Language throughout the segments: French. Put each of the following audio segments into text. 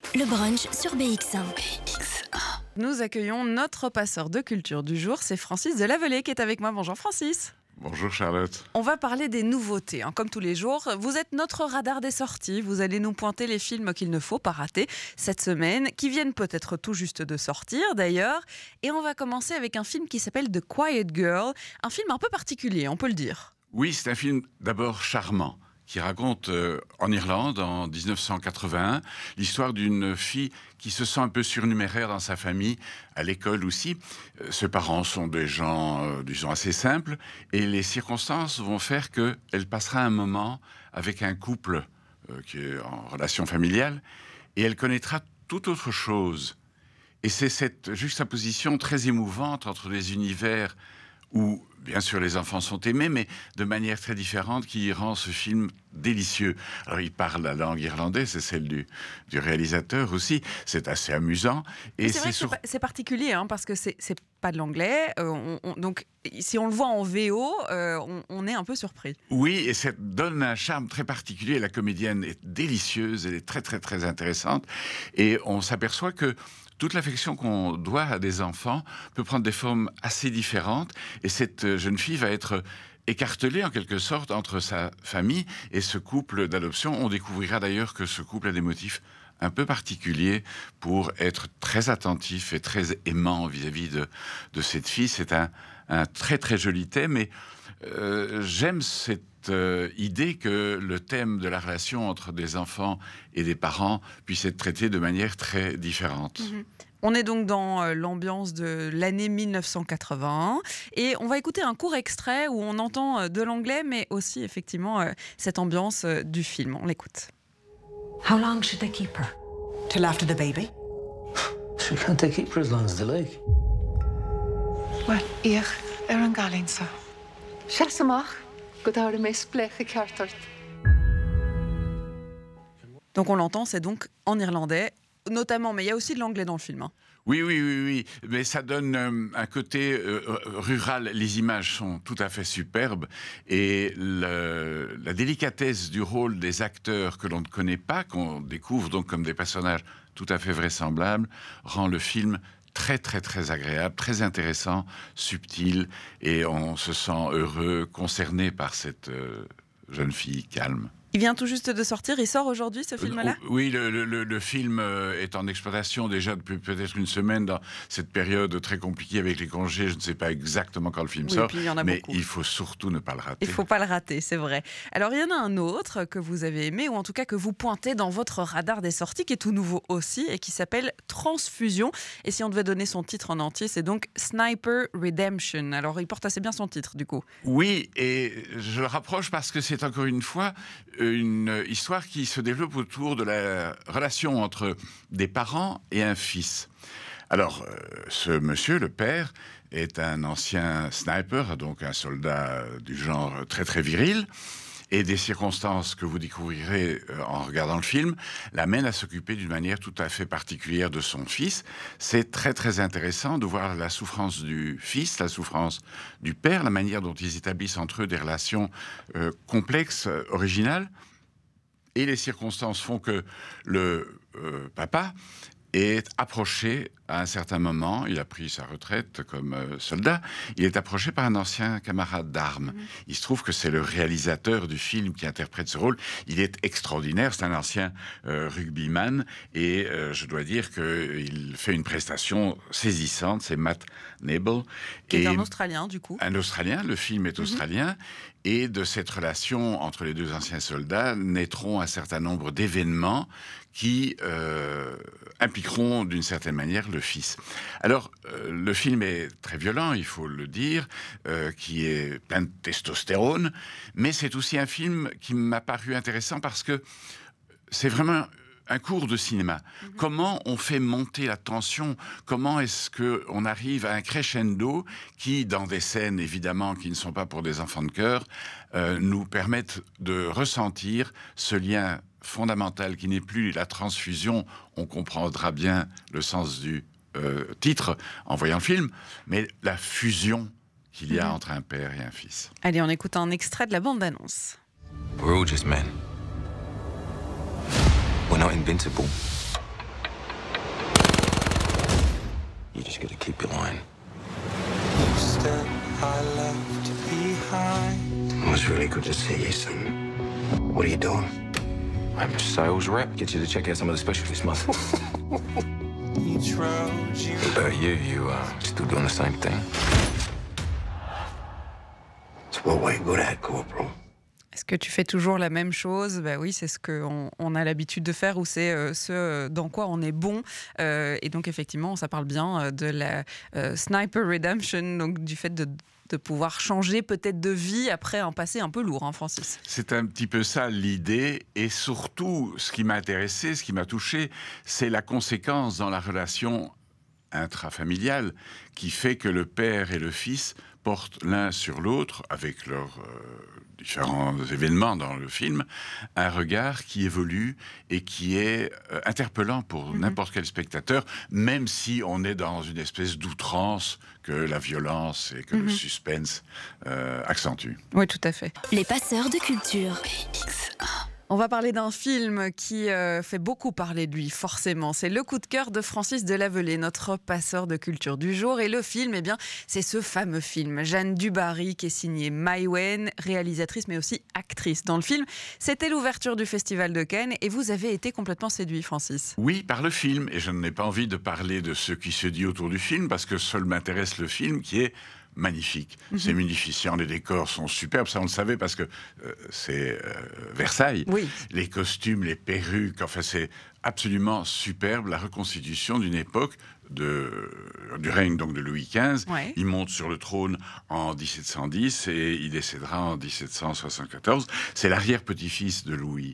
Le brunch sur BX1. Nous accueillons notre passeur de culture du jour, c'est Francis Delavelay qui est avec moi. Bonjour Francis. Bonjour Charlotte. On va parler des nouveautés, comme tous les jours. Vous êtes notre radar des sorties. Vous allez nous pointer les films qu'il ne faut pas rater cette semaine, qui viennent peut-être tout juste de sortir d'ailleurs. Et on va commencer avec un film qui s'appelle The Quiet Girl, un film un peu particulier, on peut le dire. Oui, c'est un film d'abord charmant, qui raconte en Irlande, en 1981, l'histoire d'une fille qui se sent un peu surnuméraire dans sa famille, à l'école aussi. Ses parents sont des gens, disons, assez simples, et les circonstances vont faire qu'elle passera un moment avec un couple qui est en relation familiale, et elle connaîtra tout autre chose. Et c'est cette juxtaposition très émouvante entre les univers où, bien sûr, les enfants sont aimés, mais de manière très différente, qui rend ce film délicieux. Alors, il parle la langue irlandaise, c'est celle du réalisateur aussi. C'est assez amusant. Et c'est vrai que c'est particulier, parce que c'est pas de l'anglais. Donc, si on le voit en VO, on est un peu surpris. Oui, et ça donne un charme très particulier. La comédienne est délicieuse, elle est très, très, très intéressante. Et on s'aperçoit que toute l'affection qu'on doit à des enfants peut prendre des formes assez différentes. Et cette jeune fille va être écartelée en quelque sorte entre sa famille et ce couple d'adoption. On découvrira d'ailleurs que ce couple a des motifs un peu particuliers pour être très attentif et très aimant vis-à-vis de cette fille. C'est un très très joli thème. Et j'aime cette idée que le thème de la relation entre des enfants et des parents puisse être traité de manière très différente. On est donc dans l'ambiance de l'année 1981 et on va écouter un court extrait où on entend de l'anglais mais aussi effectivement cette ambiance du film. On l'écoute. How long should they keep her? Till after the baby? Sure, can't they keep her as long as they like? Wel, ich an galinn sa. Siasamach, go dair mé spleche ceartart. Donc on l'entend, c'est donc en irlandais, notamment, mais il y a aussi de l'anglais dans le film. Oui, mais ça donne un côté rural. Les images sont tout à fait superbes et la délicatesse du rôle des acteurs que l'on ne connaît pas, qu'on découvre donc comme des personnages tout à fait vraisemblables, rend le film très très très agréable, très intéressant, subtil, et on se sent heureux, concerné par cette jeune fille calme. Il vient tout juste de sortir, il sort aujourd'hui ce film-là ? Oui, le film est en exploitation déjà depuis peut-être une semaine dans cette période très compliquée avec les congés. Je ne sais pas exactement quand le film sort, mais beaucoup. Il faut surtout ne pas le rater. Il ne faut pas le rater, c'est vrai. Alors il y en a un autre que vous avez aimé, ou en tout cas que vous pointez dans votre radar des sorties, qui est tout nouveau aussi, et qui s'appelle Transfusion. Et si on devait donner son titre en entier, c'est donc Sniper Redemption. Alors il porte assez bien son titre du coup. Oui, et je le rapproche parce que c'est encore une fois une histoire qui se développe autour de la relation entre des parents et un fils. Alors, ce monsieur, le père, est un ancien sniper, donc un soldat du genre très très viril, et des circonstances que vous découvrirez en regardant le film l'amènent à s'occuper d'une manière tout à fait particulière de son fils. C'est très très intéressant de voir la souffrance du fils, la souffrance du père, la manière dont ils établissent entre eux des relations complexes, originales. Et les circonstances font que le papa est approché à un certain moment, il a pris sa retraite comme soldat, il est approché par un ancien camarade d'armes. Il se trouve que c'est le réalisateur du film qui interprète ce rôle. Il est extraordinaire, c'est un ancien rugbyman, et je dois dire qu'il fait une prestation saisissante, c'est Matt Nable. Qui est un Australien, du coup. Un Australien, le film est australien, et de cette relation entre les deux anciens soldats naîtront un certain nombre d'événements qui impliqueront d'une certaine manière le fils. Alors, le film est très violent, il faut le dire, qui est plein de testostérone, mais c'est aussi un film qui m'a paru intéressant parce que c'est vraiment un cours de cinéma. Comment on fait monter la tension? Comment est-ce qu'on arrive à un crescendo qui, dans des scènes évidemment qui ne sont pas pour des enfants de cœur, nous permettent de ressentir ce lien fondamental qui n'est plus la transfusion. On comprendra bien le sens du titre en voyant le film, mais la fusion qu'il y a entre un père et un fils. Allez, on écoute un extrait de la bande-annonce. We're all just men. We're not invincible. keep your line. Step I left behind. It was really good to see you, son. What are you doing? I'm a sales rep. Get you to check out some of the specials this month. Each road you What about you? You still doing the same thing? It's what we're good at, Corporal. Est-ce que tu fais toujours la même chose ? Ben oui, c'est ce qu'on a l'habitude de faire ou c'est ce dans quoi on est bon. Et donc effectivement, ça parle bien de la Sniper Redemption, donc du fait de pouvoir changer peut-être de vie après un passé un peu lourd, hein, Francis. C'est un petit peu ça l'idée, et surtout, ce qui m'a intéressé, ce qui m'a touché, c'est la conséquence dans la relation intrafamiliale qui fait que le père et le fils portent l'un sur l'autre, avec leurs différents événements dans le film, un regard qui évolue et qui est interpellant pour n'importe quel spectateur, même si on est dans une espèce d'outrance que la violence et que le suspense accentuent. Oui, tout à fait. Les passeurs de culture. On va parler d'un film qui fait beaucoup parler de lui, forcément. C'est le coup de cœur de Francis Delavelay, notre passeur de culture du jour. Et le film, eh bien, c'est ce fameux film. Jeanne Dubarry, qui est signée Maïwenn, réalisatrice mais aussi actrice. Dans le film, c'était l'ouverture du Festival de Cannes et vous avez été complètement séduit, Francis. Oui, par le film. Et je n'ai pas envie de parler de ce qui se dit autour du film, parce que seul m'intéresse le film qui est magnifique. C'est munificent, les décors sont superbes, ça on le savait parce que c'est Versailles. Oui. Les costumes, les perruques, enfin c'est absolument superbe, la reconstitution d'une époque du règne donc de Louis XV. Ouais. Il monte sur le trône en 1710 et il décédera en 1774. C'est l'arrière-petit-fils de Louis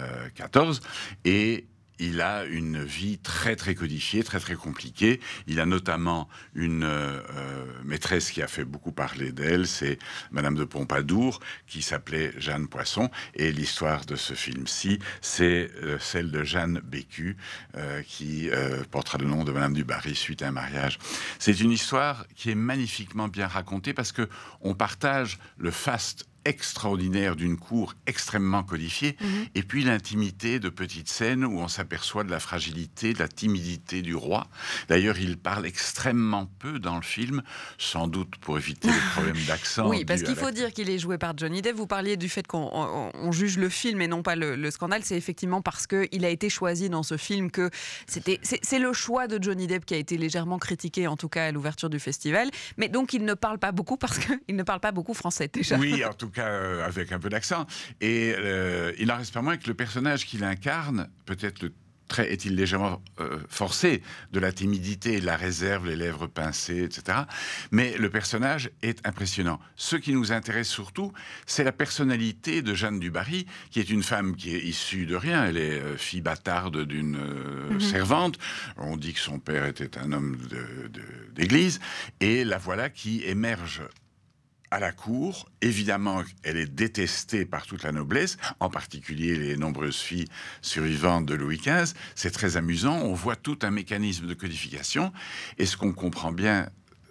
XIV et il a une vie très très codifiée, très très compliquée. Il a notamment une maîtresse qui a fait beaucoup parler d'elle, c'est Madame de Pompadour, qui s'appelait Jeanne Poisson. Et l'histoire de ce film-ci, c'est celle de Jeanne Bécu, qui portera le nom de Madame Dubarry suite à un mariage. C'est une histoire qui est magnifiquement bien racontée parce que on partage le faste extraordinaire d'une cour extrêmement codifiée, et puis l'intimité de petites scènes où on s'aperçoit de la fragilité, de la timidité du roi. D'ailleurs, il parle extrêmement peu dans le film, sans doute pour éviter les problèmes d'accent. Oui, parce qu'il faut dire qu'il est joué par Johnny Depp. Vous parliez du fait qu'on juge le film et non pas le scandale. C'est effectivement parce qu'il a été choisi dans ce film que c'est le choix de Johnny Depp qui a été légèrement critiqué, en tout cas à l'ouverture du festival. Mais donc, il ne parle pas beaucoup parce qu'il ne parle pas beaucoup français déjà. Oui, en tout cas avec un peu d'accent. Et il n'en reste pas moins que le personnage qu'il incarne, peut-être le trait est-il légèrement forcé, de la timidité, de la réserve, les lèvres pincées, etc. Mais le personnage est impressionnant. Ce qui nous intéresse surtout, c'est la personnalité de Jeanne Dubarry, qui est une femme qui est issue de rien. Elle est fille bâtarde d'une servante. On dit que son père était un homme d'église. Et la voilà qui émerge à la cour. Évidemment, elle est détestée par toute la noblesse, en particulier les nombreuses filles survivantes de Louis XV. C'est très amusant, on voit tout un mécanisme de codification, et ce qu'on comprend bien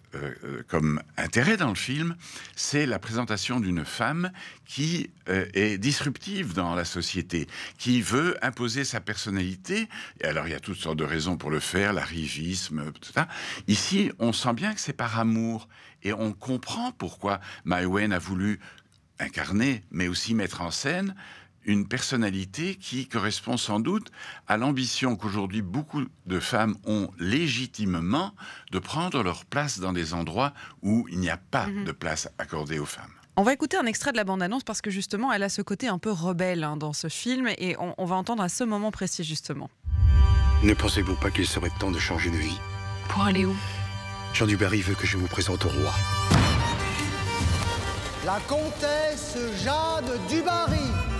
comme intérêt dans le film, c'est la présentation d'une femme qui est disruptive dans la société, qui veut imposer sa personnalité. Et alors, il y a toutes sortes de raisons pour le faire, l'arrivisme, tout ça. Ici, on sent bien que c'est par amour. Et on comprend pourquoi Maïwenn a voulu incarner, mais aussi mettre en scène, une personnalité qui correspond sans doute à l'ambition qu'aujourd'hui beaucoup de femmes ont légitimement de prendre leur place dans des endroits où il n'y a pas de place accordée aux femmes. On va écouter un extrait de la bande-annonce parce que justement, elle a ce côté un peu rebelle dans ce film et on va entendre à ce moment précis justement. Ne pensez-vous pas qu'il serait temps de changer de vie ? Pour aller où? Jean Dubarry veut que je vous présente au roi. La comtesse Jeanne Dubarry.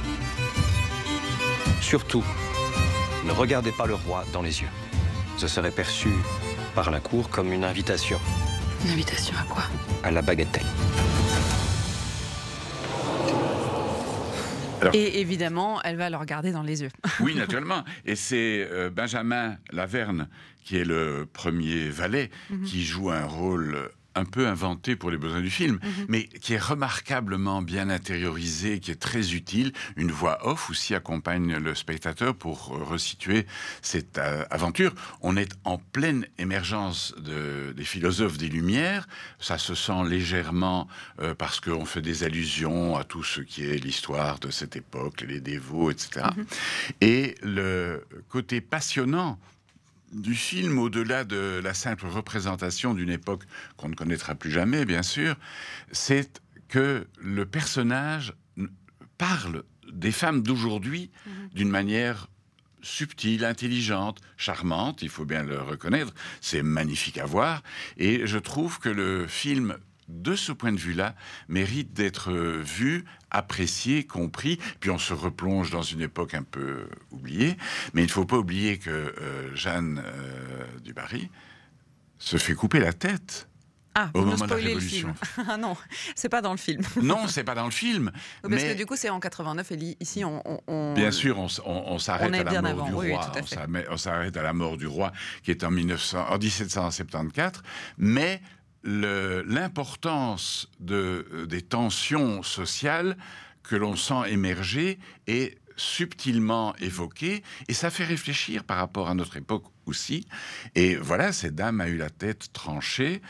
Surtout, ne regardez pas le roi dans les yeux. Ce serait perçu par la cour comme une invitation. Une invitation à quoi? À la bagatelle. Alors, et évidemment, elle va le regarder dans les yeux. Oui, naturellement. Et c'est Benjamin Laverne, qui est le premier valet, qui joue un rôle un peu inventé pour les besoins du film, mais qui est remarquablement bien intériorisé, qui est très utile. Une voix off aussi accompagne le spectateur pour resituer cette aventure. On est en pleine émergence des philosophes des Lumières. Ça se sent légèrement parce qu'on fait des allusions à tout ce qui est l'histoire de cette époque, les dévots, etc. Et le côté passionnant du film, au-delà de la simple représentation d'une époque qu'on ne connaîtra plus jamais, bien sûr, c'est que le personnage parle des femmes d'aujourd'hui d'une manière subtile, intelligente, charmante, il faut bien le reconnaître, c'est magnifique à voir, et je trouve que le film, de ce point de vue-là, mérite d'être vu, apprécié, compris. Puis on se replonge dans une époque un peu oubliée. Mais il ne faut pas oublier que Jeanne du Barry se fait couper la tête au moment de la Révolution. Ah non, c'est pas dans le film. Non, c'est pas dans le film. Parce que du coup, c'est en 89 et ici, bien sûr, on s'arrête à la mort du roi. Oui, tout à fait. On s'arrête à la mort du roi, qui est en 1774. Mais l'importance des tensions sociales que l'on sent émerger est subtilement évoquée, et ça fait réfléchir par rapport à notre époque aussi. Et voilà, cette dame a eu la tête tranchée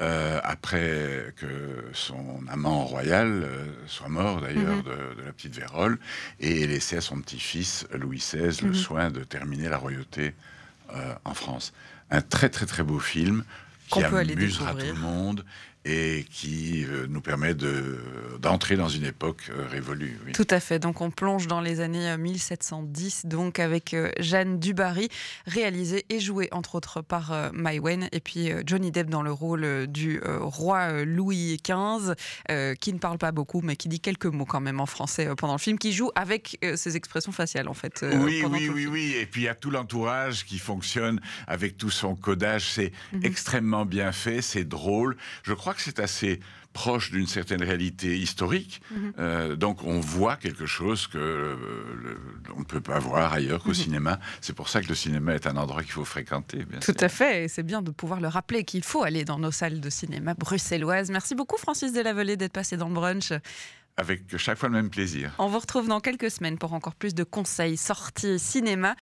après que son amant royal soit mort d'ailleurs de la petite vérole, et ait laissé à son petit-fils Louis XVI le soin de terminer la royauté en France. Un très très très beau film qui amusera tout le monde et qui nous permet d'entrer dans une époque révolue. Oui. Tout à fait. Donc on plonge dans les années 1710, donc avec Jeanne du Barry, réalisée et jouée entre autres par Maïwenn, et puis Johnny Depp dans le rôle du roi Louis XV, qui ne parle pas beaucoup, mais qui dit quelques mots quand même en français pendant le film, qui joue avec ses expressions faciales en fait. Oui. Et puis il y a tout l'entourage qui fonctionne avec tout son codage. C'est extrêmement bien fait, c'est drôle. Je crois que c'est assez proche d'une certaine réalité historique. Donc on voit quelque chose que on ne peut pas voir ailleurs qu'au cinéma. C'est pour ça que le cinéma est un endroit qu'il faut fréquenter. Tout à fait, et c'est bien de pouvoir le rappeler qu'il faut aller dans nos salles de cinéma bruxelloises. Merci beaucoup Francis Delavolée d'être passé dans le brunch. Avec chaque fois le même plaisir. On vous retrouve dans quelques semaines pour encore plus de conseils sorties cinéma.